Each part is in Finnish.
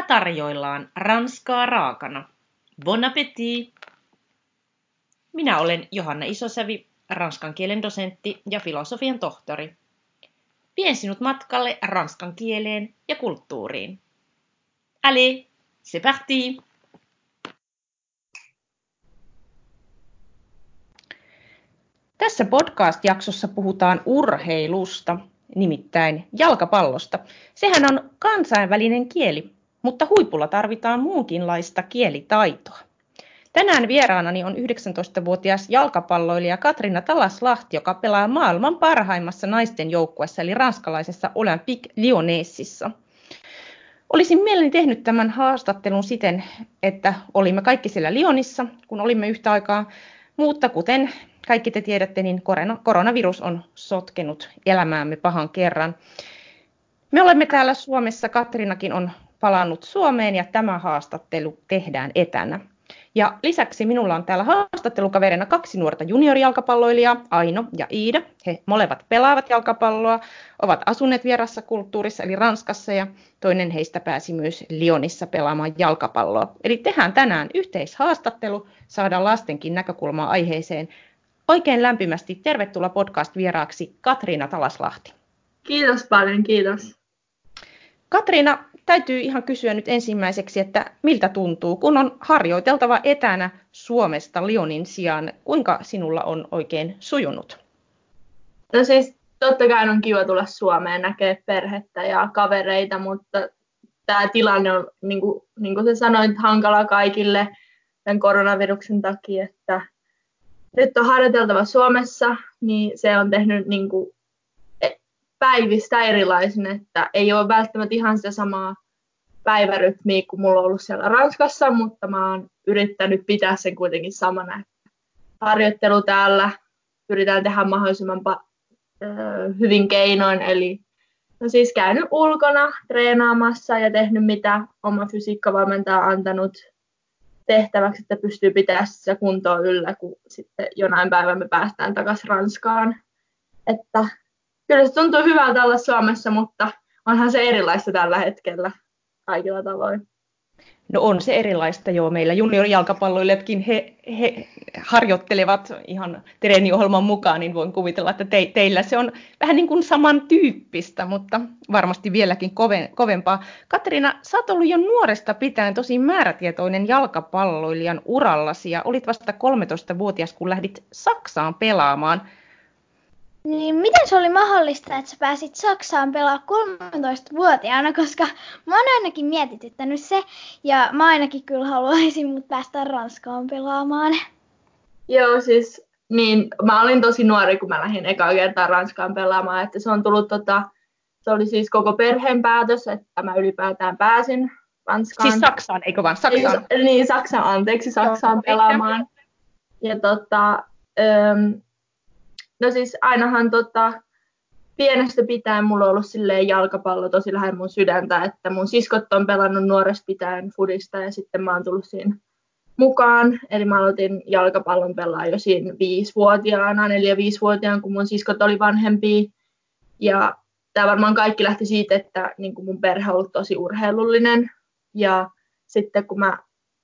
tarjoillaan ranskaa raakana. Bon appétit! Minä olen Johanna Isosävi, ranskan kielen dosentti ja filosofian tohtori. Vien sinut matkalle ranskan kieleen ja kulttuuriin. Allez, c'est parti! Tässä podcast-jaksossa puhutaan urheilusta, nimittäin jalkapallosta. Sehän on kansainvälinen kieli, mutta huipulla tarvitaan muunkinlaista kielitaitoa. Tänään vieraanani on 19-vuotias jalkapalloilija Katriina Talaslahti, joka pelaa maailman parhaimmassa naisten joukkueessa eli ranskalaisessa Olympique Lyonnaisissa. Olisin mielelläni tehnyt tämän haastattelun siten, että olimme kaikki siellä Lyonissa, kun olimme yhtä aikaa, mutta kuten kaikki te tiedätte, niin koronavirus on sotkenut elämäämme pahan kerran. Me olemme täällä Suomessa, Katriinakin on palannut Suomeen ja tämä haastattelu tehdään etänä. Ja lisäksi minulla on täällä haastattelukaverina 2 nuorta juniorijalkapalloilijaa, Aino ja Iida. He molemmat pelaavat jalkapalloa, ovat asuneet vierassa kulttuurissa eli Ranskassa ja toinen heistä pääsi myös Lyonissa pelaamaan jalkapalloa. Eli tehdään tänään yhteishaastattelu, saadaan lastenkin näkökulmaa aiheeseen. Oikein lämpimästi tervetuloa podcast-vieraaksi Katriina Talaslahti. Kiitos paljon, kiitos. Katriina, täytyy ihan kysyä nyt ensimmäiseksi, että miltä tuntuu, kun on harjoiteltava etänä Suomesta Lyonin sijaan. Kuinka sinulla on oikein sujunut? No siis totta kai on kiva tulla Suomeen, näkee perhettä ja kavereita, mutta tämä tilanne on, niin kuin sä sanoit, hankala kaikille tämän koronaviruksen takia, että nyt on harjoiteltava Suomessa, niin se on tehnyt niin kuin päivistä erilaisen, että ei ole välttämättä ihan sitä samaa päivärytmiä kuin mulla on ollut siellä Ranskassa, mutta mä oon yrittänyt pitää sen kuitenkin samana. Harjoittelu täällä yritän tehdä mahdollisimman hyvin keinoin, eli no siis käynyt ulkona treenaamassa ja tehnyt mitä oma fysiikkavalmentaja on antanut tehtäväksi, että pystyy pitämään sitä kuntoa yllä, kun sitten jonain päivänä me päästään takaisin Ranskaan. Että kyllä se tuntuu hyvältä olla Suomessa, mutta onhan se erilaista tällä hetkellä kaikilla tavoin. No on se erilaista joo. Meillä juniorijalkapalloilijatkin he harjoittelevat ihan treeniohjelman mukaan, niin voin kuvitella, että teillä se on vähän niin kuin samantyyppistä, mutta varmasti vieläkin kovempaa. Katriina, sä oot ollut jo nuoresta pitäen tosi määrätietoinen jalkapalloilijan urallasi ja olit vasta 13-vuotias, kun lähdit Saksaan pelaamaan. Niin miten se oli mahdollista, että sä pääsit Saksaan pelaamaan 13-vuotiaana, koska mä oon ainakin mietityttänyt se, ja mä ainakin kyllä haluaisin mut päästä Ranskaan pelaamaan. Joo, siis niin, mä olin tosi nuori, kun mä lähdin ekaa kertaa Ranskaan pelaamaan, että se on tullut se oli siis koko perheen päätös, että mä ylipäätään pääsin Ranskaan. Siis Saksaan, eikö vaan Saksaan? Niin, Saksaan pelaamaan. Ja no siis ainahan pienestä pitäen mulla on ollut silleen jalkapallo tosi lähellä mun sydäntä, että mun siskot on pelannut nuoresta pitäen fudista ja sitten mä oon tullut siinä mukaan. Eli mä aloitin jalkapallon pelaa jo siinä 5-vuotiaana, 4-5-vuotiaana, kun mun siskot oli vanhempia. Ja tää varmaan kaikki lähti siitä, että niin kun mun perhe on ollut tosi urheilullinen. Ja sitten kun mä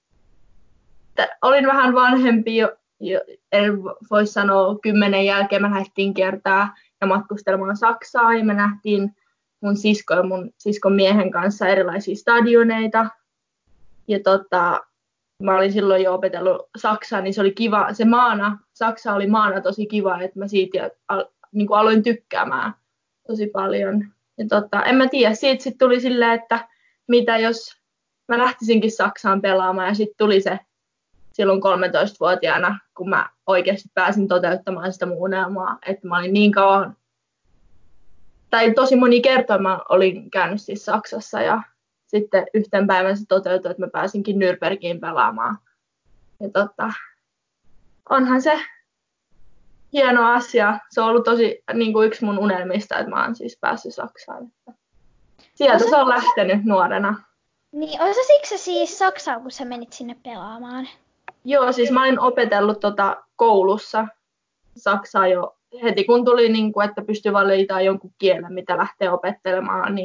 olin vähän vanhempi en voi sanoa 10 jälkeen me lähdettiin kiertää ja matkustelemaan Saksaan ja me nähtiin mun siskon miehen kanssa erilaisia stadioneita. Ja mä olin silloin jo opetellut Saksaa, niin se oli kiva. Saksa oli maana tosi kiva, että mä siitä niin kuin aloin tykkäämään tosi paljon. Ja en mä tiedä, siitä sitten tuli silleen, että mitä jos mä lähtisinkin Saksaan pelaamaan ja sitten tuli se silloin 13-vuotiaana, kun mä oikeasti pääsin toteuttamaan sitä mun unelmaa, että mä olin niin kauan, tai tosi moni kertoa mä olin käynyt siis Saksassa ja sitten yhten päivän se toteutui, että mä pääsinkin Nürnbergiin pelaamaan. Ja onhan se hieno asia. Se on ollut tosi niin kuin yksi mun unelmista, että mä oon siis päässyt Saksaan. Sieltä se on lähtenyt nuorena. Niin, osasitko sä siis Saksaa, kun sä menit sinne pelaamaan? Joo, siis mä olin opetellut koulussa Saksaa jo heti, kun tuli, niin kuin, että pystyi valitaan jonkun kielen, mitä lähtee opettelemaan, niin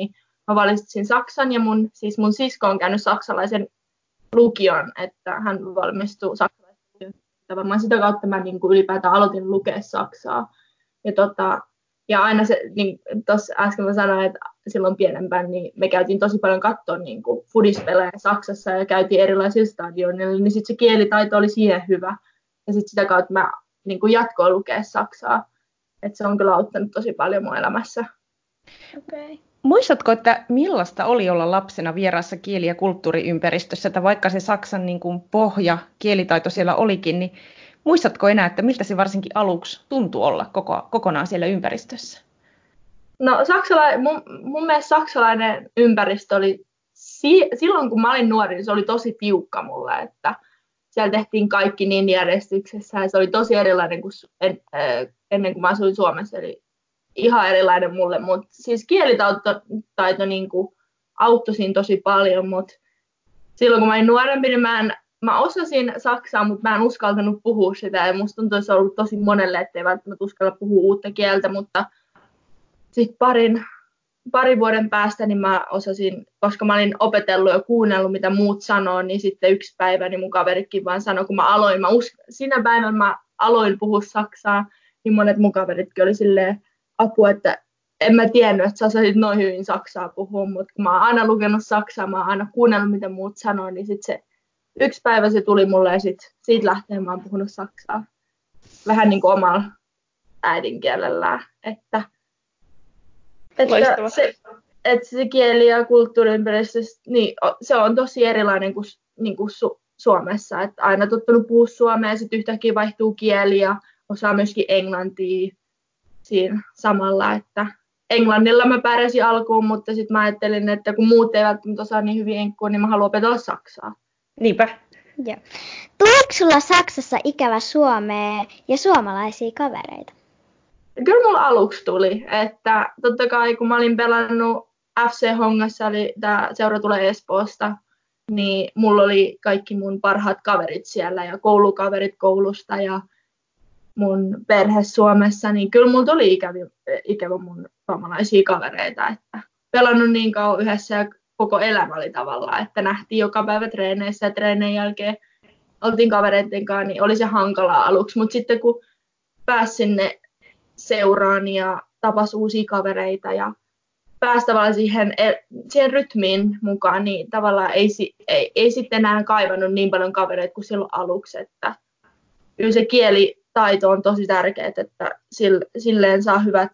mä valitsin Saksan ja mun sisko on käynyt saksalaisen lukion, että hän valmistuu saksalaisen lukion. Varmaan sitä kautta mä niin kuin ylipäätään aloitin lukea saksaa. Ja aina se, niin tuossa äsken mä sanoin, että silloin pienempään, niin me käytiin tosi paljon katsoa niin fudispelejä Saksassa ja käytiin erilaisilla stadionilla, niin sitten se kielitaito oli siihen hyvä. Ja sitten sitä kautta mä niin kuin jatkoin lukea saksaa. Että se on kyllä auttanut tosi paljon mun elämässä. Okay. Muistatko, että millaista oli olla lapsena vieraassa kieli- ja kulttuuriympäristössä, että vaikka se Saksan niin kuin pohja, kielitaito siellä olikin, niin muistatko enää, että miltä se varsinkin aluksi tuntui olla kokonaan siellä ympäristössä? No mun mielestä saksalainen ympäristö oli, silloin kun mä olin nuori, niin se oli tosi tiukka mulle, että siellä tehtiin kaikki niin järjestyksessä ja se oli tosi erilainen kuin ennen kuin mä asuin Suomessa, eli ihan erilainen mulle, mutta siis kielitaito niin kuin auttoi siinä tosi paljon, mutta silloin kun mä olin nuorempi, niin mä osasin saksaa, mutta mä en uskaltanut puhua sitä ja musta tuntuu, että se on ollut tosi monelle, ettei välttämättä uskalla puhua uutta kieltä, mutta sitten parin vuoden päästä niin mä osasin, koska mä olin opetellut ja kuunnellut, mitä muut sanoo, niin sitten yksi päivä niin mun kaveritkin vaan sanoi, kun mä aloin, sinä päivänä mä aloin puhua saksaa, niin monet mun kaveritkin oli silleen apua, että en mä tiennyt, että sä osasit noin hyvin saksaa puhua, mutta kun mä oon aina lukenut saksaa, mä oon aina kuunnellut, mitä muut sanoo, niin sitten se yksi päivä se tuli mulle ja siitä lähtien mä oon puhunut saksaa. Vähän niin kuin omalla äidinkielellään, että se kieli- ja kulttuuriympäristö, niin se on tosi erilainen kuin, Suomessa. Että aina tottunut puhua suomea ja sitten yhtäkkiä vaihtuu kieli ja osaa myöskin englantia siinä samalla. Että englannilla mä pärjäsin alkuun, mutta sitten mä ajattelin, että kun muut eivät osaa niin hyvin enkkua, niin mä haluan opetella saksaa. Niinpä. Joo. Tuliko sulla Saksassa ikävä Suomea ja suomalaisia kavereita? Kyllä mulla aluksi tuli, että totta kai kun mä olin pelannut FC Hongassa, eli tämä seura tulee Espoosta, niin mulla oli kaikki mun parhaat kaverit siellä ja koulukaverit koulusta ja mun perhe Suomessa, niin kyllä mulla tuli ikävä mun suomalaisia kavereita, että pelannut niin kauan yhdessä ja koko elämä oli tavallaan, että nähtiin joka päivä treeneissä ja treenien jälkeen oltiin kavereiden kanssa, niin oli se hankalaa aluksi, mutta sitten kun pääsi sinne seuraan ja tapasi uusia kavereita ja pääsi tavallaan siihen rytmiin mukaan, niin tavallaan ei sitten enää kaivannut niin paljon kavereita kuin silloin aluksi, että kyllä se kielitaito on tosi tärkeää, että silleen saa hyvät,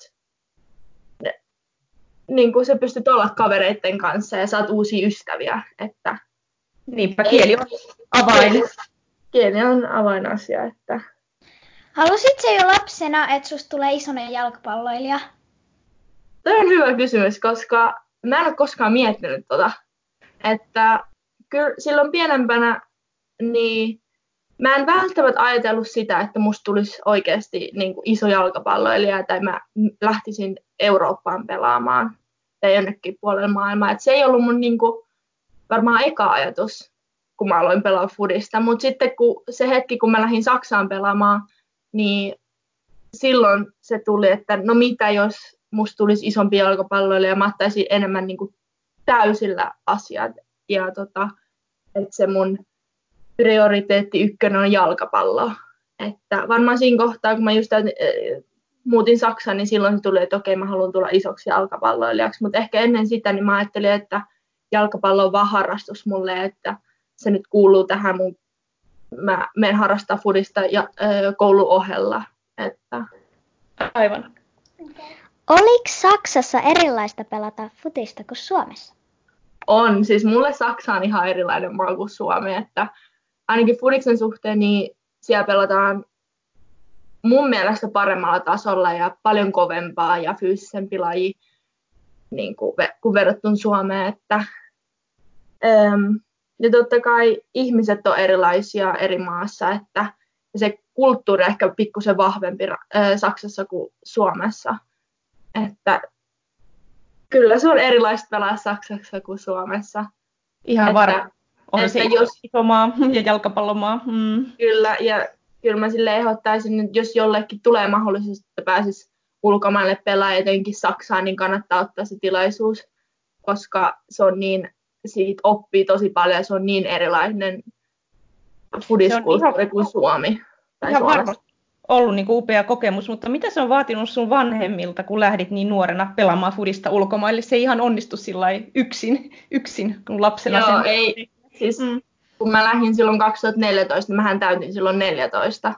niin kuin sä pystyt olla kavereiden kanssa ja saat uusia ystäviä, että niinpä kieli on avain. Kieli on avainasia, että Halusitko jo lapsena, että susta tulee isoinen jalkapalloilija? Tämä on hyvä kysymys, koska mä en ole koskaan miettinyt että kyllä silloin pienempänä, niin mä en välttämättä ajatellut sitä, että musta tulisi oikeasti niin kuin iso jalkapalloilija tai mä lähtisin Eurooppaan pelaamaan tai jonnekin puolelle maailmaa. Et se ei ollut mun niin kuin, varmaan eka ajatus, kun mä aloin pelaa fudista, mutta sitten kun se hetki, kun mä lähdin Saksaan pelaamaan, niin silloin se tuli, että no mitä jos musta tulisi isompi jalkapalloilija ja mä ottaisin enemmän niin kuin täysillä asiat. Ja että se mun prioriteetti ykkönen on jalkapallo. Että varmaan siinä kohtaa, kun mä just muutin Saksaan, niin silloin se tuli, että okei, mä haluan tulla isoksi jalkapalloilijaksi. Mutta ehkä ennen sitä, niin mä ajattelin, että jalkapallo on vaan harrastus mulle, että se nyt kuuluu tähän mä menen harrastaa fudista ja koulun ohella. Että Aivan. Oliko Saksassa erilaista pelata futista kuin Suomessa? On, siis mulle Saksa on ihan erilainen maa kuin Suomi, että ainakin fudiksen suhteen niin siellä pelataan mun mielestä paremmalla tasolla ja paljon kovempaa ja fyysisempi laji niin kuin verrattuna Suomeen, että ja totta kai ihmiset on erilaisia eri maassa, että se kulttuuri on ehkä pikkusen vahvempi Saksassa kuin Suomessa. Että kyllä se on erilaista pelaa Saksassa kuin Suomessa. Ihan varmaan. On se jos, iso maa ja jalkapallomaa. Kyllä, ja kyllä mä sille ehdottaisin, että jos jollekin tulee mahdollisuus, että pääsisi ulkomaille pelaa etenkin Saksaan, niin kannattaa ottaa se tilaisuus. koska se on niin, siitä oppii tosi paljon ja se on niin erilainen fudiskulttuuri kuin Suomi. Tai ihan varmasti ollut niin kuin upea kokemus, mutta mitä se on vaatinut sun vanhemmilta, kun lähdit niin nuorena pelaamaan fudista ulkomaille? Se ei ihan onnistu sillä yksin, kun lapsena Joo, sen... ei. Siis, kun mä lähdin silloin 2014, niin mähän täytin silloin 14.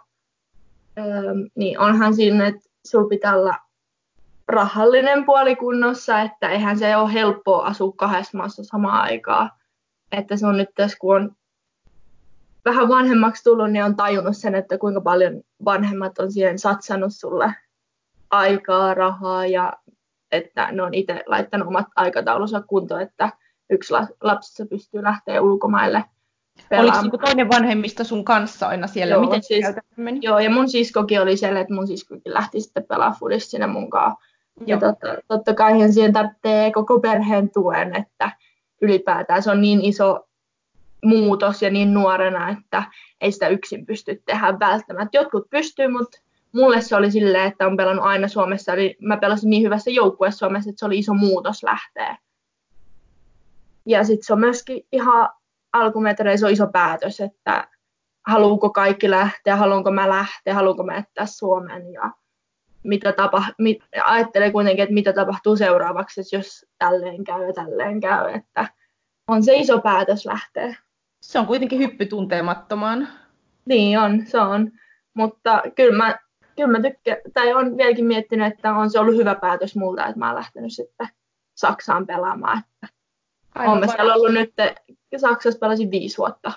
Niin onhan siinä, että sulla pitää olla rahallinen puoli kunnossa, että eihän se ole helppoa asua 2 maassa samaan aikaan. Että se on nyt tässä, kun on vähän vanhemmaksi tullut, niin on tajunnut sen, että kuinka paljon vanhemmat on siihen satsannut sulle aikaa, rahaa ja että ne on itse laittanut omat aikataulunsa kuntoon, että yksi lapsissa pystyy lähteä ulkomaille pelaamaan. Oliko toinen vanhemmista sun kanssa aina siellä? Joo, miten siis, meni? Joo, ja mun siskokin oli siellä, että mun siskokin lähti sitten pelaamaan fudista sinne munkaan. Ja totta kai siihen tarvitsee koko perheen tuen, että ylipäätään se on niin iso muutos ja niin nuorena, että ei sitä yksin pysty tehdä välttämättä. Jotkut pystyy, mutta mulle se oli silleen, että on pelannut aina Suomessa. Eli mä pelasin niin hyvässä joukkueessa Suomessa, että se oli iso muutos lähteä. Ja sitten se on myöskin ihan alkumetreillä se on iso päätös, että haluuko kaikki lähteä, haluanko mä lähteä, haluanko mä jättää Suomen ja ajattelee kuitenkin, että mitä tapahtuu seuraavaksi, jos tälleen käy, että on se iso päätös lähteä. Se on kuitenkin hyppy tuntemattomaan. Niin on, se on. Mutta kyllä mä tykkään, tai olen vieläkin miettinyt, että on se ollut hyvä päätös multa, että mä oon lähtenyt sitten Saksaan pelaamaan. Olen siellä ollut nyt, Saksassa pelasin 5 vuotta.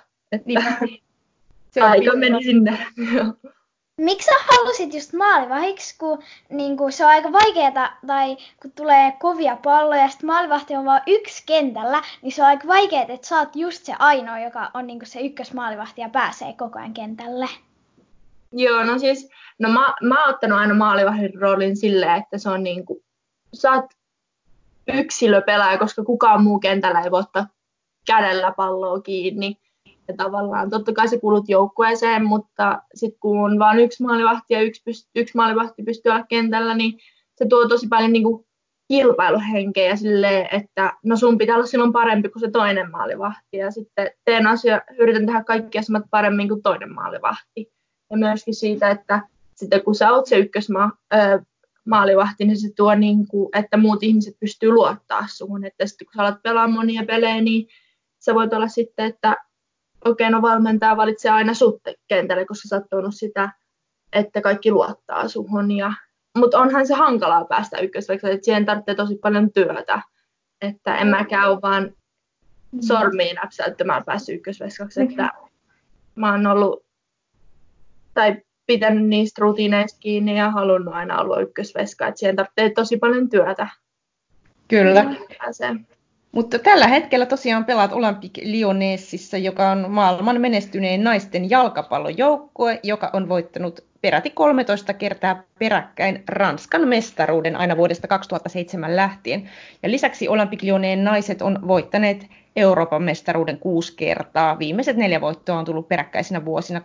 Että aika meni sinne. Miksi sä halusit just maalivahdiksi, kun se on aika vaikeaa, tai kun tulee kovia palloja, ja sitten maalivahti on vain yksi kentällä, niin se on aika vaikeaa, että sä oot just se ainoa, joka on se ykkösmaalivahti ja pääsee koko ajan kentälle. Joo, no siis, mä oon ottanut aina maalivahdin roolin silleen, että se on sä oot yksilöpelaaja, koska kukaan muu kentällä ei voi ottaa kädellä palloa kiinni. Ja tavallaan totta kai sä kuulut joukkueeseen, mutta sitten kun on vain yksi maalivahti ja yksi maalivahti pystyy olla kentällä, niin se tuo tosi paljon kilpailuhenkeä ja silleen, että no sun pitää olla silloin parempi kuin se toinen maalivahti. Ja sitten yritän tehdä kaikki asiat paremmin kuin toinen maalivahti. Ja myöskin siitä, että sitten kun sä oot se maalivahti, niin se tuo, että muut ihmiset pystyy luottaa suhun. Että sitten kun sä alat pelaa monia pelejä, niin sä voit olla sitten, että okei, no valmentaja valitsee aina sut kentälle, koska sä oot tuonut sitä, että kaikki luottaa suhun. Mutta onhan se hankalaa päästä ykkösveksi, että siihen tarvitsee tosi paljon työtä. Että en mäkään ole vaan sormiin näpsäyttämään päässyt ykkösveskaksi. Että mä oon ollut, tai pitänyt niistä rutiineista kiinni ja halunnut aina olla ykkösveska. Että siihen tarvitsee tosi paljon työtä. Kyllä. Mutta tällä hetkellä tosiaan pelaat Olympique Lyonnaisissa, joka on maailman menestyneen naisten jalkapallojoukkue, joka on voittanut peräti 13 kertaa peräkkäin Ranskan mestaruuden aina vuodesta 2007 lähtien. Ja lisäksi Olympique Lyonnaisen naiset on voittaneet Euroopan mestaruuden 6 kertaa. Viimeiset 4 voittoa on tullut peräkkäisinä vuosina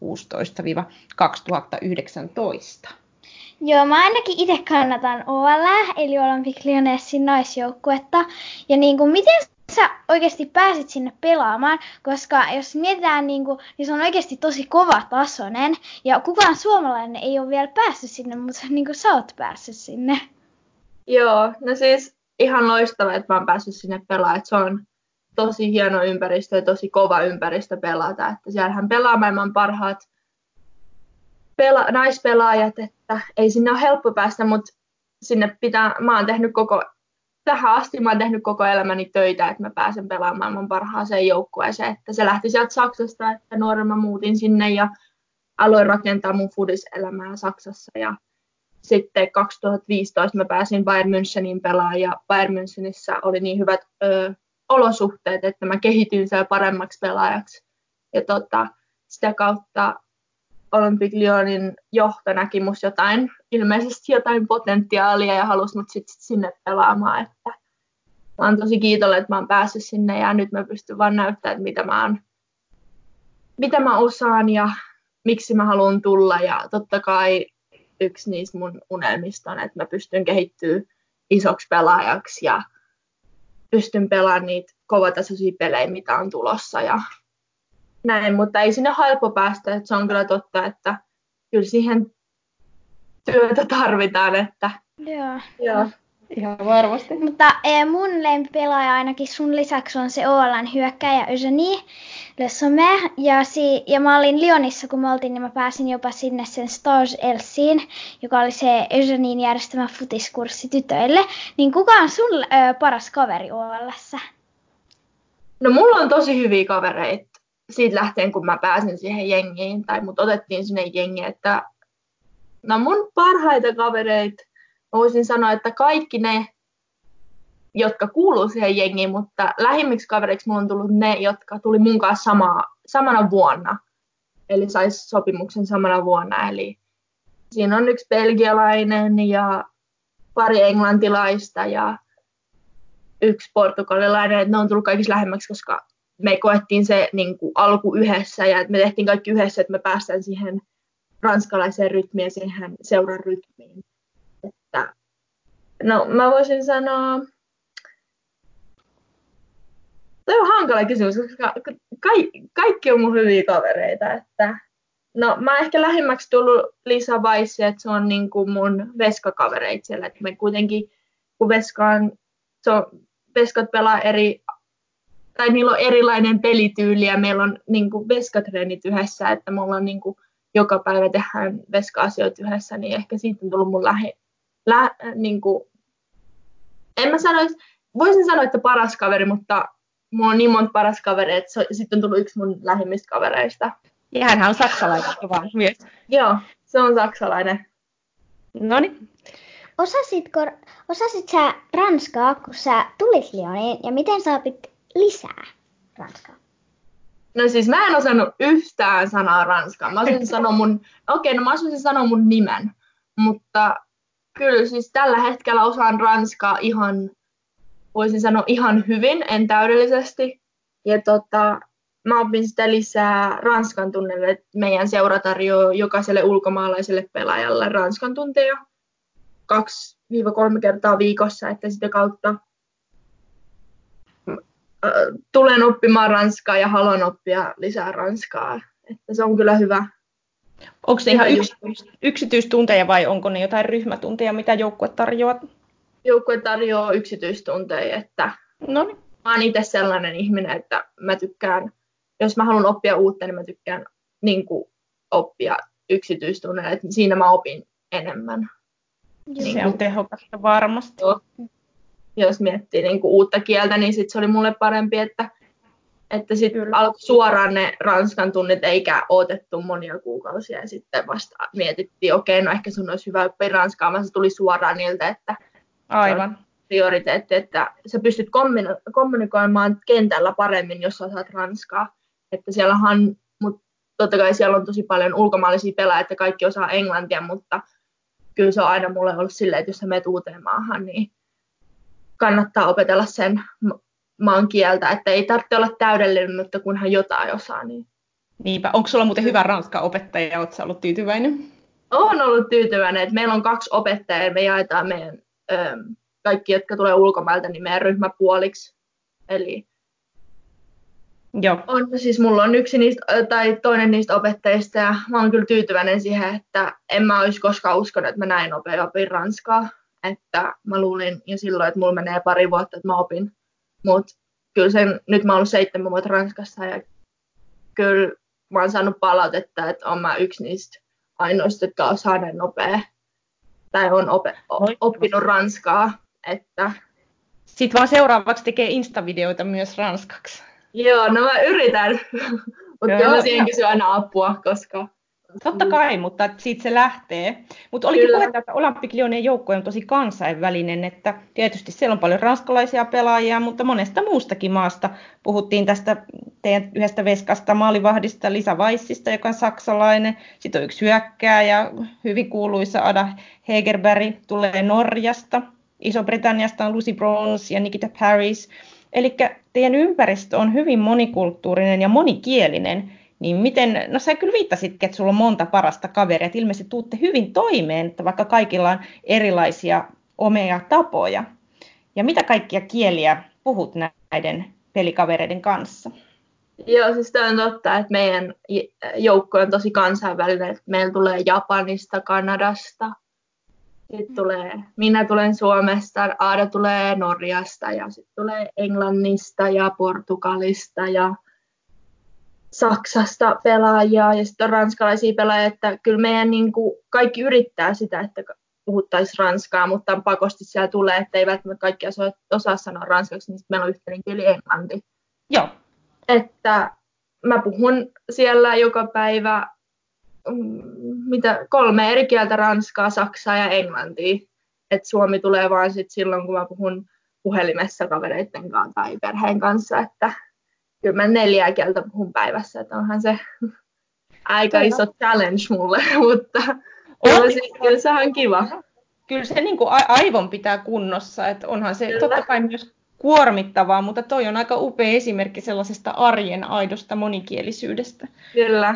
2016-2019. Joo, mä ainakin itse kannatan OL, eli Olympique Lyonnaisin naisjoukkuetta. Ja miten sä oikeasti pääsit sinne pelaamaan, koska jos mietitään, niin se on oikeasti tosi kovatasoinen. Ja kukaan suomalainen ei ole vielä päässyt sinne, mutta sä oot päässyt sinne. Joo, no siis ihan loistavaa, että mä oon päässyt sinne pelaamaan. Se on tosi hieno ympäristö ja tosi kova ympäristö pelata. Että siellähän pelaa maailman parhaat naispelaajat, että ei sinne ole helppo päästä, mutta sinne tähän asti mä oon tehnyt koko elämäni töitä, että mä pääsen pelaamaan maailman parhaaseen joukkueeseen. Että se lähti sieltä Saksasta, että nuorena mä muutin sinne ja aloin rakentaa mun fudiselämää Saksassa. Ja sitten 2015 mä pääsin Bayern Müncheniin pelaamaan ja Bayern Münchenissä oli niin hyvät olosuhteet, että mä kehityin siellä paremmaksi pelaajaksi. Ja sitä kautta Olympique Lyonin johto näki musta ilmeisesti jotain potentiaalia ja halusi mut sitten sinne pelaamaan. Että mä oon tosi kiitollinen, että mä oon päässyt sinne ja nyt mä pystyn vaan näyttämään, että mitä mä osaan ja miksi mä haluan tulla. Ja totta kai yksi niistä mun unelmista on, että mä pystyn kehittyä isoksi pelaajaksi ja pystyn pelaamaan niitä kovatasoisia pelejä, mitä on tulossa ja näin, mutta ei sinne helppo päästä, että se on kyllä totta, että kyllä siihen työtä tarvitaan, että Joo. Ihan varmasti. Mutta mun lempipelaaja ainakin sun lisäksi on se OL:n hyökkäjä Eugenie Le Sommer. Ja mä olin Lyonissa, kun me oltiin, niin mä pääsin jopa sinne sen Stars Elsiin, joka oli se Eugenien järjestämä futiskurssi tytöille. Niin kuka on sun paras kaveri OL:ssä? No mulla on tosi hyviä kavereita siitä lähtien, kun mä pääsin siihen jengiin, tai mut otettiin sinne jengiin, että no mun parhaita kavereita, voisin sanoa, että kaikki ne, jotka kuuluu siihen jengiin, mutta lähimmiksi kavereiksi mulla on tullut ne, jotka tuli mun kanssa samana vuonna. Eli sais sopimuksen samana vuonna. Eli siinä on yksi belgialainen ja pari englantilaista ja yksi portugalilainen. Ne on tullut kaikista lähemmäksi, koska me koettiin se niin kuin alku yhdessä ja me tehtiin kaikki yhdessä, että me päästään siihen ranskalaiseen rytmiin ja siihen seuran rytmiin. Että, no mä voisin sanoa, tämä on hankala kysymys, koska kaikki on mun hyviä kavereita. Että, no mä ehkä lähimmäksi tullut Lisa Weiss, että se on niin kuin mun veskakavereita siellä. Että me kuitenkin, kun veskat pelaa tai niillä on erilainen pelityyli ja meillä on niin kuin veskatreenit yhdessä, että me ollaan niin kuin joka päivä tehdään veska-asioita yhdessä, niin ehkä siitä on tullut mun niin kuin, voisin sanoa, että paras kaveri, mutta mulla on niin monta paras kaveri, että sitten on tullut yksi mun lähimmistä kavereista. Ja hänhän on saksalainen vaan myös. Joo, se on saksalainen. Noniin. Osasit sä ranskaa, kun sä tulit Lyoniin, ja miten sä opit lisää ranskaa? No siis mä en osannut yhtään sanaa ranskaa. Mä osaisin sanoa mun nimen, mutta kyllä siis tällä hetkellä osaan ranskaa voisin sanoa ihan hyvin, en täydellisesti. Ja mä opin sitä lisää ranskan tunneille. Meidän seura tarjoaa jokaiselle ulkomaalaiselle pelaajalle ranskan tunteja 2-3 kertaa viikossa, että sitä kautta tulen oppimaan ranskaa ja haluan oppia lisää ranskaa. Että se on kyllä hyvä. Onko se ihan yksityistunteja vai onko ne jotain ryhmätunteja, mitä joukkue tarjoaa? Joukkue tarjoaa yksityistunteja, että Noniin. mä oon itse sellainen ihminen, että mä tykkään, jos mä haluan oppia uutta, niin mä tykkään niin kuin, oppia yksityistunneilla, että siinä mä opin enemmän. Se on tehokasta varmasti. Jos miettii niin kuin uutta kieltä, niin sit se oli mulle parempi, että sitten alkoi suoraan ne ranskan tunnit, eikä odotettu monia kuukausia. Ja sitten vasta mietittiin, okei, no ehkä sun olisi hyvä oppia ranskaa, vaan se tuli suoraan niiltä, että aivan. Prioriteetti, että sä pystyt kommunikoimaan kentällä paremmin, jos sä osaat ranskaa. Että mutta totta kai siellä on tosi paljon ulkomaalaisia pelaajia, että kaikki osaa englantia, mutta kyllä se on aina mulle ollut silleen, että jos sä menet uuteen maahan, niin kannattaa opetella sen maan kieltä, että ei tarvitse olla täydellinen, mutta kunhan jotain osaa. Niin. Niinpä. Onko sulla muuten hyvä ranskan opettaja ja oletko ollut tyytyväinen? Olen ollut tyytyväinen, että meillä on 2 opettajaa ja me jaetaan meidän kaikki, jotka tulee ulkomailta, niin meidän ryhmä puoliksi. Eli joo. Siis mulla on yksi niistä, tai toinen niistä opettajista ja mä oon kyllä tyytyväinen siihen, että en mä olisi koskaan uskonut, että mä näin nopein opin ranskaa. Että mä luulin jo silloin, että mulla menee pari vuotta, että mä opin. Mutta kyllä nyt mä oon ollut 7 vuotta Ranskassa ja kyllä mä oon saanut palautetta, että oon mä yksi niistä ainoista, jotka osaa näin nopea. Tai on oppinut ranskaa. Että sitten vaan seuraavaksi tekee Insta-videoita myös ranskaksi. Joo, no mä yritän. Mutta kyllä siihen kysyy aina apua, koska totta kai, mutta siitä se lähtee. Mutta olikin puhetta, että Olympique Lyonin joukkue on tosi kansainvälinen, että tietysti siellä on paljon ranskalaisia pelaajia, mutta monesta muustakin maasta. Puhuttiin tästä teidän yhdestä veskasta maalivahdista Lisa Weissista, joka on saksalainen. Sitten on yksi hyökkääjä, hyvin kuuluisa Ada Hegerberg, tulee Norjasta. Iso-Britanniasta on Lucy Bronze ja Nikita Paris. Eli teidän ympäristö on hyvin monikulttuurinen ja monikielinen. Niin miten, no sä kyllä viittasitkin, että sulla on monta parasta kaveria, että ilmeisesti tuutte hyvin toimeen, että vaikka kaikilla on erilaisia omia tapoja. Ja mitä kaikkia kieliä puhut näiden pelikavereiden kanssa? Joo, siis tämä on totta, että meidän joukko on tosi kansainvälinen. Että meillä tulee Japanista, Kanadasta, sitten minä tulen Suomesta, Aada tulee Norjasta ja sitten tulee Englannista ja Portugalista ja Saksasta pelaajia ja sitten on ranskalaisia pelaajia, että kyllä meidän niin kuin, kaikki yrittää sitä, että puhuttaisiin ranskaa, mutta pakosti siellä tulee, että ei välttämättä kaikki osaa sanoa ranskaksi, niin meillä on yhteinen kieli englanti. Joo. Että mä puhun siellä joka päivä 3 eri kieltä, ranskaa, saksaa ja englantia. Et suomi tulee vaan sit silloin, kun mä puhun puhelimessa kavereiden kanssa tai perheen kanssa, että kyllä mä 4 kieltä puhun päivässä, että onhan se aika iso challenge mulle, mutta kyllä se on kiva. Kyllä se niin kuin aivon pitää kunnossa, että onhan se kyllä totta kai myös kuormittavaa, mutta toi on aika upea esimerkki sellaisesta arjen aidosta monikielisyydestä. Kyllä.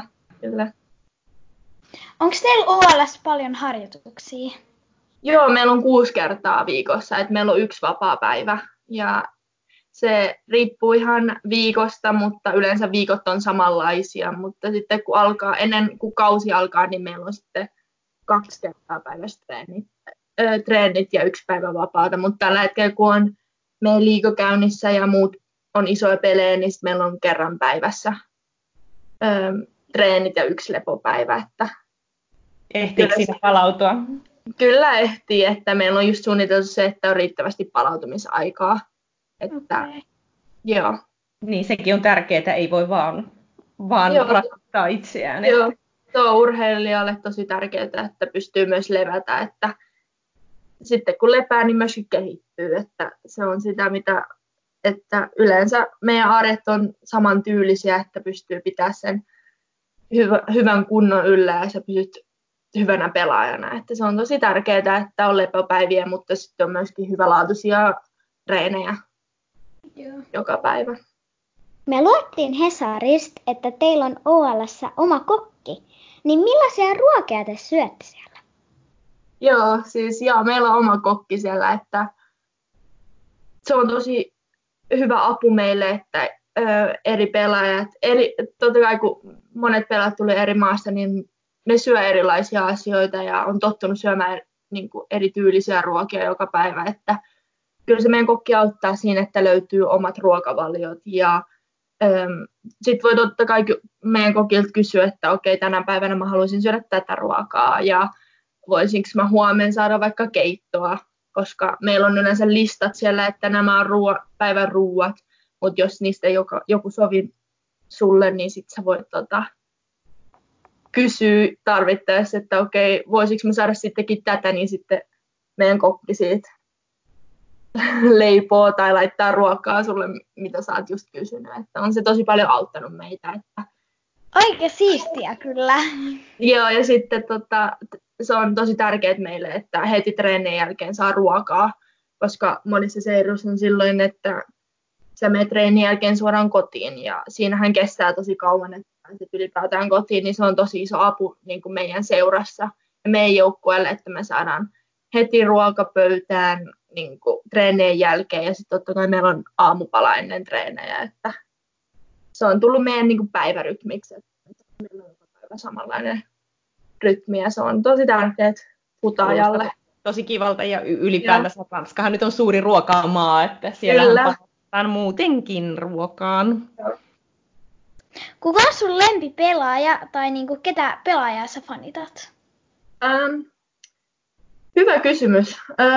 Onko teillä OL:ssä paljon harjoituksia? Joo, meillä on 6 kertaa viikossa, että meillä on 1 vapaapäivä ja se riippuu ihan viikosta, mutta yleensä viikot on samanlaisia, mutta sitten ennen kuin kausi alkaa, niin meillä on sitten 2 kertaa päivässä treenit ja 1 päivä vapaata, mutta tällä hetkellä kun on meidän liiga käynnissä ja muut on isoja pelejä, niin meillä on kerran päivässä treenit ja 1 lepopäivä. Että ehtiikö siinä palautua? Kyllä ehtii, että meillä on just suunniteltu se, että on riittävästi palautumisaikaa. Että, joo. Niin, sekin on tärkeää, ei voi vaan rasittaa itseään. Joo, se on urheilijalle tosi tärkeää, että pystyy myös levätä, että sitten kun lepää, niin myöskin kehittyy, että se on sitä, että yleensä meidän arjet on samantyylisiä, että pystyy pitämään sen hyvän kunnon yllä ja sä pysyt hyvänä pelaajana, että se on tosi tärkeää, että on lepopäiviä, mutta sitten on myöskin hyvälaatuisia treenejä joka päivä. Me luettiin Hesarista, että teillä on OL:ssä oma kokki. Niin millaisia ruokia te syötte siellä? Joo, siis meillä on oma kokki siellä, että se on tosi hyvä apu meille, että eri pelaajat, totta kai kun monet pelaajat tulee eri maasta, niin ne syö erilaisia asioita ja on tottunut syömään niin kuin erityylisiä ruokia joka päivä, että kyllä se meidän kokki auttaa siinä, että löytyy omat ruokavaliot ja sitten voi totta kai meidän kokilta kysyä, että okei, tänä päivänä mä haluaisin syödä tätä ruokaa ja voisinko mä huomenna saada vaikka keittoa, koska meillä on yleensä listat siellä, että nämä on päivän ruuat, mutta jos niistä joku sovi sulle, niin sitten sä voit kysyä tarvittaessa, että okei, voisinko mä saada sittenkin tätä, niin sitten meidän kokki siitä leipoo tai laittaa ruokaa sulle, mitä sä oot just kysynyt. Että on se tosi paljon auttanut meitä. Että Aika siistiä kyllä. Joo, ja sitten se on tosi tärkeää meille, että heti treenien jälkeen saa ruokaa, koska monissa seuroissa on silloin, että sä menet treenin jälkeen suoraan kotiin, ja siinähän kestää tosi kauan, että pääset ylipäätään kotiin, niin se on tosi iso apu niin kuin meidän seurassa ja meidän joukkueelle, että me saadaan heti ruokapöytään niin kuin treenien jälkeen, ja sitten totta kai meillä on aamupala ennen treenejä, että se on tullut meidän niin kuin päivärytmiksi, että meillä on joka päivä samanlainen rytmi, ja se on tosi tärkeää putaajalle. Tosi kivalta, ja ylipäätänsä Ranskahan nyt on suuri ruokamaa, että siellähän panostetaan muutenkin ruokaan. Kuka on sun lempipelaaja, tai niinku ketä pelaajaa sä fanitat? Hyvä kysymys.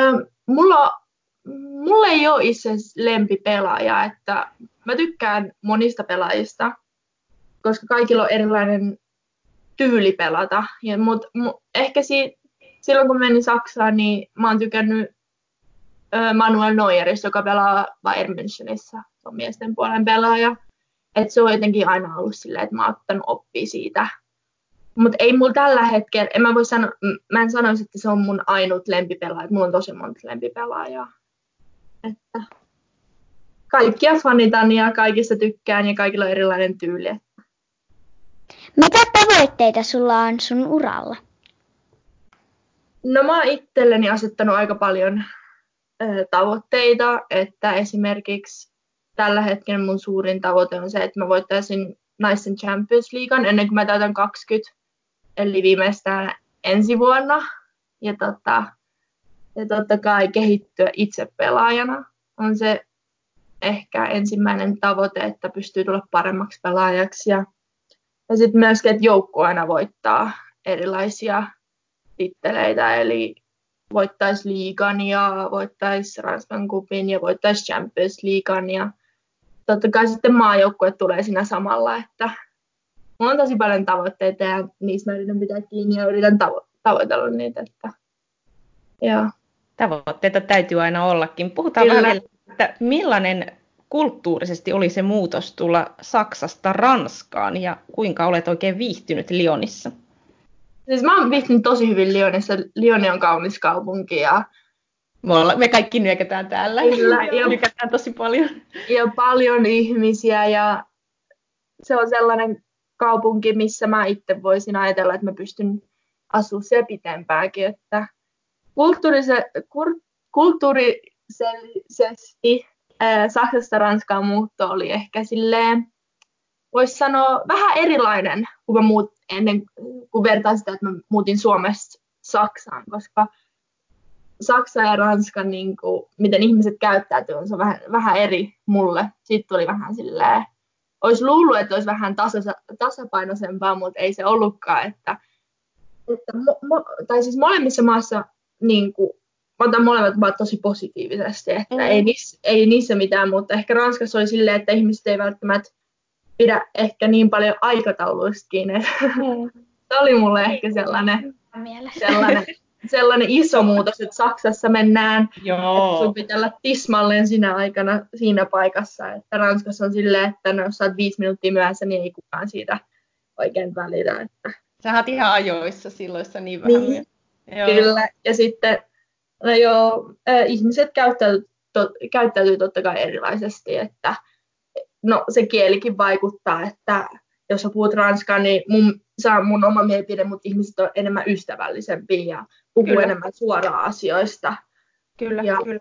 Mulla ei ole itse lempipelaajaa, että mä tykkään monista pelaajista, koska kaikilla on erilainen tyyli pelata. Ehkä silloin kun menin Saksaan, niin mä oon tykännyt Manuel Neuerista, joka pelaa Bayern Münchenissä. Se on miesten puolen pelaaja. Et se on jotenkin aina ollut silleen, että mä oon ottanut oppia siitä. Mutta ei mulla tällä hetkellä, mä en sanoisi, että se on mun ainut lempipelaaja. Mulla on tosi monta lempipelaajaa. Että kaikkia fanitan ja kaikista tykkään ja kaikilla on erilainen tyyli. Mitä tavoitteita sulla on sun uralla? No mä oon itselleni asettanut aika paljon tavoitteita, että esimerkiksi tällä hetkellä mun suurin tavoite on se, että mä voittaisin naisten Champions Leaguean ennen kuin mä täytän 20, eli viimeistään ensi vuonna. Ja totta kai kehittyä itse pelaajana on se ehkä ensimmäinen tavoite, että pystyy tulla paremmaksi pelaajaksi. Ja sitten myöskin, että joukkue aina voittaa erilaisia titteleitä, eli voittaisi liigan ja voittaisi Ranskan cupin ja voittaisi Champions Leaguean. Ja totta kai sitten maajoukkue tulee siinä samalla, että mulla on tosi paljon tavoitteita ja niistä mä yritän pitää kiinni ja yritän tavoitella niitä. Joo. Tavoitteita täytyy aina ollakin. Puhutaan Kyllä. vähän vielä, että millainen kulttuurisesti oli se muutos tulla Saksasta Ranskaan ja kuinka olet oikein viihtynyt Lyonissa? Siis mä oon viihtynyt tosi hyvin Lyonissa. Lyon on kaunis kaupunki ja Me kaikki nyökätään täällä. Kyllä, Nyökätään tosi paljon. ja paljon ihmisiä ja se on sellainen kaupunki, missä mä itse voisin ajatella, että mä pystyn asumaan siellä pitempäänkin. Että kulttuurisesti Saksasta Ranskaan muutto oli ehkä silleen, voisi sanoa, vähän erilainen, ennen kuin vertaan sitä, että mä muutin Suomesta Saksaan, koska Saksa ja Ranska, niin kuin, miten ihmiset käyttäytyy, on se vähän eri mulle. Sitten tuli vähän silleen, olisi luullut, että olisi vähän tasapainoisempaa, mutta ei se ollutkaan. Tai siis molemmissa maissa, niin kuin, mä otan molemmat maat tosi positiivisesti, että ei niissä mitään, mutta ehkä Ranskassa oli silleen, että ihmiset ei välttämättä pidä ehkä niin paljon aikatauluista kiinni. Se oli mulle ehkä sellainen iso muutos, että Saksassa mennään, että sun pitää olla tismalleen sinä aikana siinä paikassa. Että Ranskassa on silleen, että jos olet 5 minuuttia myöhässä, niin ei kukaan siitä oikein välitä. Että Sä oot ihan ajoissa silloin, jos niin vähän niin, kyllä. Ja sitten ihmiset käyttäytyy totta kai erilaisesti, että se kielikin vaikuttaa, että jos sä puhut ranskaa, niin se on mun oma mielipide, mutta ihmiset on enemmän ystävällisempiä ja puhuu enemmän suoraan asioista. Kyllä.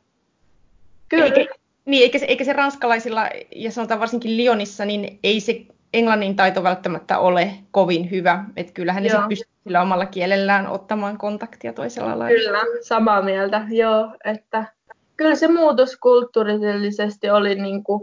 Eikä se ranskalaisilla, ja sanotaan varsinkin Lyonissa, niin ei se englannin taito välttämättä ole kovin hyvä. Että kyllähän ne sitten pystyy sillä omalla kielellään ottamaan kontaktia toisella lailla. Kyllä, samaa mieltä. Joo, että kyllä se muutos kulttuurillisesti oli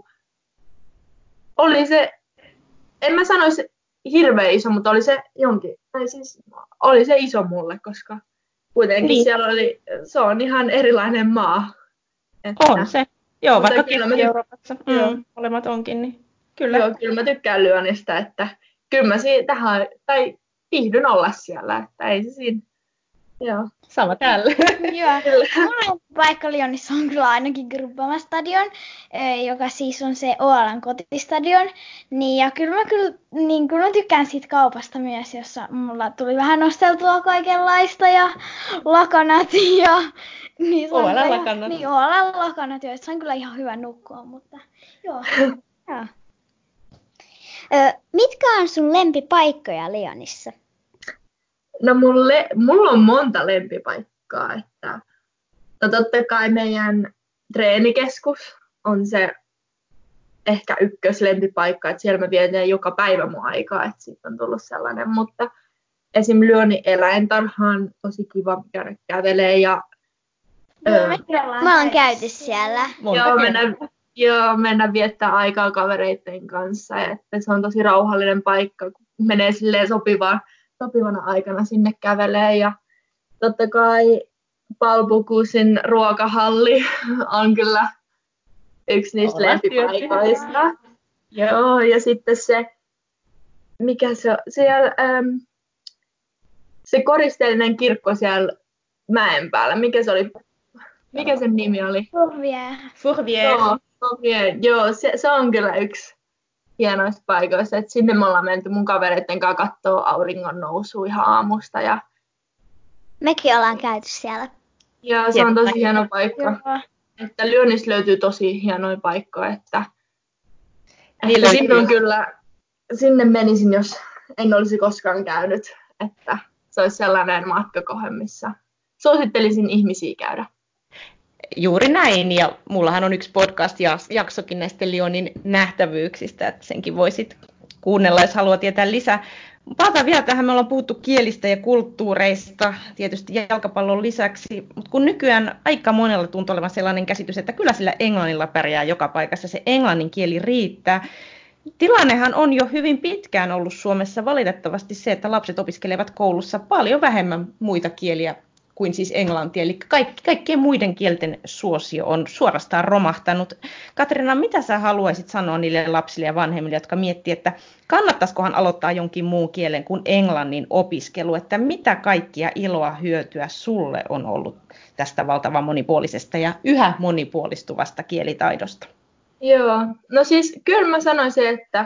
oli se, en mä sanoisi hirveän iso, mutta oli oli se iso mulle, koska kuitenkin siellä se on ihan erilainen maa. Että, on se. Joo, vaikka Keski-Euroopassa molemmat onkin, niin kyllä. Joo, kyllä mä tykkään Lyonista, että kyllä mä viihdyn olla siellä, että ei se siinä. Joo. Sama täällä. Joo. Mun paikka Lyonissa on kyllä ainakin Groupama stadion, joka siis on se OL:n kotistadion. Niin, ja kyllä mä tykkään siitä kaupasta myös, jossa mulla tuli vähän nosteltua kaikenlaista ja lakanat ja OL:n-lakanat. Niin, OL:n-lakanat, joissa on kyllä ihan hyvä nukkua, mutta joo. Ja. Mitkä on sun lempipaikkoja Lyonissa? No mulla on monta lempipaikkaa, että totta kai meidän treenikeskus on se ehkä ykköslempipaikka, että siellä mä vietän joka päivä mun aikaa, että siitä on tullut sellainen, mutta esim. Lyonin eläintarha on tosi kiva käydä kävelee ja mä oon käyty siellä. Mennään viettää aikaa kavereiden kanssa, että se on tosi rauhallinen paikka, kun menee silleen sopivana aikana sinne kävelee ja totta kai Palbukusin ruokahalli on kyllä yksi niistä lempipaikoista. Joo, ja sitten mikä se on, siellä, se koristeellinen kirkko siellä mäen päällä, mikä sen nimi oli? Fourvière. Joo, se on kyllä yksi hienoista paikoista, että sinne me ollaan menty mun kavereiden kanssa katsoa auringon nousua ihan aamusta. Ja mekin ollaan käyty siellä. Ja se on tosi hieno paikka. Että Lyonista löytyy tosi hienoja paikkoja, että sinne menisin, jos en olisi koskaan käynyt. Että se olisi sellainen matkakohde, missä suosittelisin ihmisiä käydä. Juuri näin, ja mullahan on yksi podcast-jaksokin näistä Lyonin nähtävyyksistä, että senkin voisit kuunnella, jos haluaa tietää lisää. Palataan vielä tähän, me ollaan puhuttu kielistä ja kulttuureista, tietysti jalkapallon lisäksi, mutta kun nykyään aika monella tuntuu olevan sellainen käsitys, että kyllä sillä englannilla pärjää joka paikassa, se englannin kieli riittää. Tilannehan on jo hyvin pitkään ollut Suomessa valitettavasti se, että lapset opiskelevat koulussa paljon vähemmän muita kieliä kuin siis englantia, eli kaikkien muiden kielten suosio on suorastaan romahtanut. Katriina, mitä sä haluaisit sanoa niille lapsille ja vanhemmille, jotka miettii, että kannattaisikohan aloittaa jonkin muun kielen kuin englannin opiskelu, että mitä kaikkia iloa hyötyä sulle on ollut tästä valtavan monipuolisesta ja yhä monipuolistuvasta kielitaidosta? Joo, no siis kyllä mä sanoisin,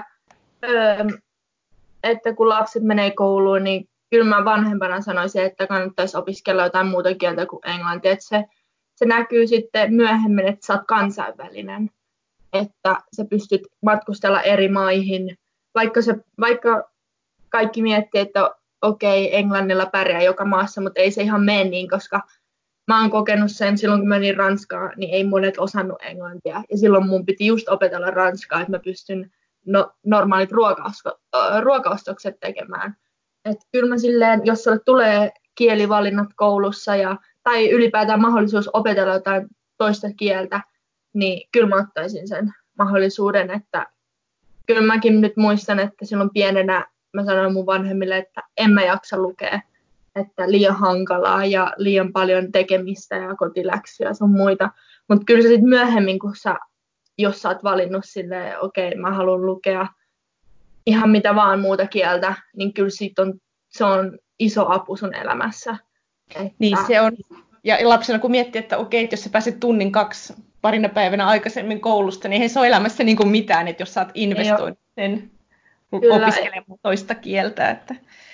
että kun lapset menee kouluun, niin kyllä mä vanhempana sanoisin, että kannattaisi opiskella jotain muuta kieltä kuin englantia. Että se näkyy sitten myöhemmin, että sä oot kansainvälinen, että sä pystyt matkustella eri maihin. Vaikka kaikki miettii, että okei, englannilla pärjää joka maassa, mutta ei se ihan mene niin, koska mä oon kokenut sen silloin, kun menin Ranskaan, niin ei monet osannut englantia. Ja silloin mun piti just opetella ranskaa, että mä pystyn normaalit ruokaostokset tekemään. Että kyllä mä silleen, jos sulle tulee kielivalinnat koulussa tai ylipäätään mahdollisuus opetella jotain toista kieltä, niin kyllä mä ottaisin sen mahdollisuuden. Että kyllä mäkin nyt muistan, että silloin pienenä mä sanoin mun vanhemmille, että en mä jaksa lukea. Että liian hankalaa ja liian paljon tekemistä ja kotiläksyjä ja sun muita. Mutta kyllä se sitten myöhemmin, jos sä oot valinnut silleen, okei, mä haluan lukea ihan mitä vaan muuta kieltä, niin kyllä se on iso apu sun elämässä. Että... Niin se on. Ja lapsena kun miettii, että okei, että jos sä pääset tunnin 2 parina päivänä aikaisemmin koulusta, niin eihän se ole elämässä niin kuin mitään, että jos sä oot investoinut sen opiskelemaan toista kieltä. Että...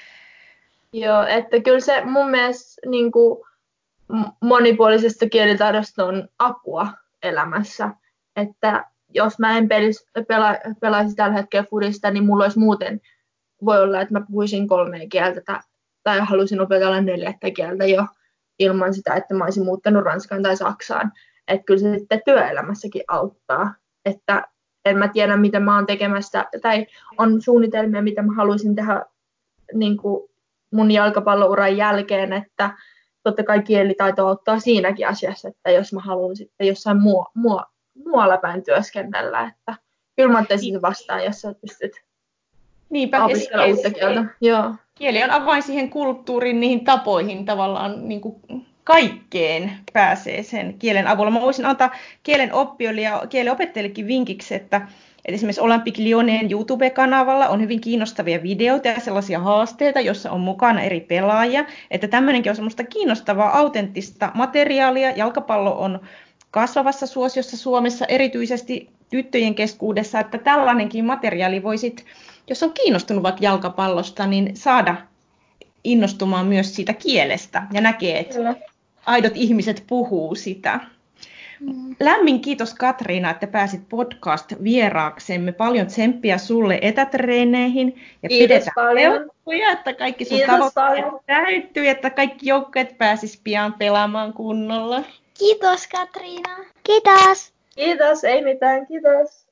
Joo, että kyllä se mun mielestä niin kuin monipuolisesta kielitaidosta on apua elämässä. Että jos mä en pelaisi tällä hetkellä fudista, niin mulla olisi muuten, voi olla, että mä puhuisin 3 kieltä tai halusin opetella 4 kieltä jo ilman sitä, että mä olisin muuttanut Ranskaan tai Saksaan. Että kyllä se sitten työelämässäkin auttaa. Että en mä tiedä, mitä mä oon tekemässä, tai on suunnitelmia, mitä mä haluaisin tehdä niin kuin mun jalkapallouran jälkeen, että totta kai kielitaito auttaa siinäkin asiassa, että jos mä haluan sitten jossain muualla päin työskennellä, että kyllä mä ottaisin sen vastaan, jos sä pystyt opiskella uutta kieltä. Joo. Kieli on avain siihen kulttuuriin, niihin tapoihin tavallaan niin kuin kaikkeen pääsee sen kielen avulla. Mä voisin antaa kielen oppijoille ja kielen opettajillekin vinkiksi, että esimerkiksi Olympique Lyonin YouTube-kanavalla on hyvin kiinnostavia videoita ja sellaisia haasteita, joissa on mukana eri pelaajia. Että tämmöinenkin on semmoista kiinnostavaa, autenttista materiaalia. Jalkapallo on kasvavassa suosiossa Suomessa, erityisesti tyttöjen keskuudessa, että tällainenkin materiaali voisit, jos on kiinnostunut vaikka jalkapallosta, niin saada innostumaan myös siitä kielestä ja näkee, että aidot ihmiset puhuu sitä. Lämmin kiitos Katriina, että pääsit podcast-vieraaksemme. Paljon tsemppiä sulle etätreeneihin ja pidetään peukkuja, että kaikki sun tavoitteet täyttyy, että kaikki joukkueet pääsis pian pelaamaan kunnolla. Kiitos Katriina. Kiitos. Kiitos, ei mitään, kiitos.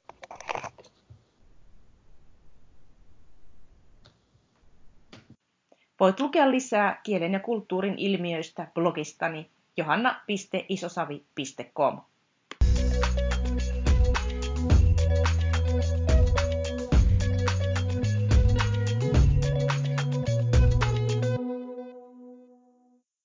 Voit lukea lisää kielen ja kulttuurin ilmiöistä blogistani johanna.isosavi.com.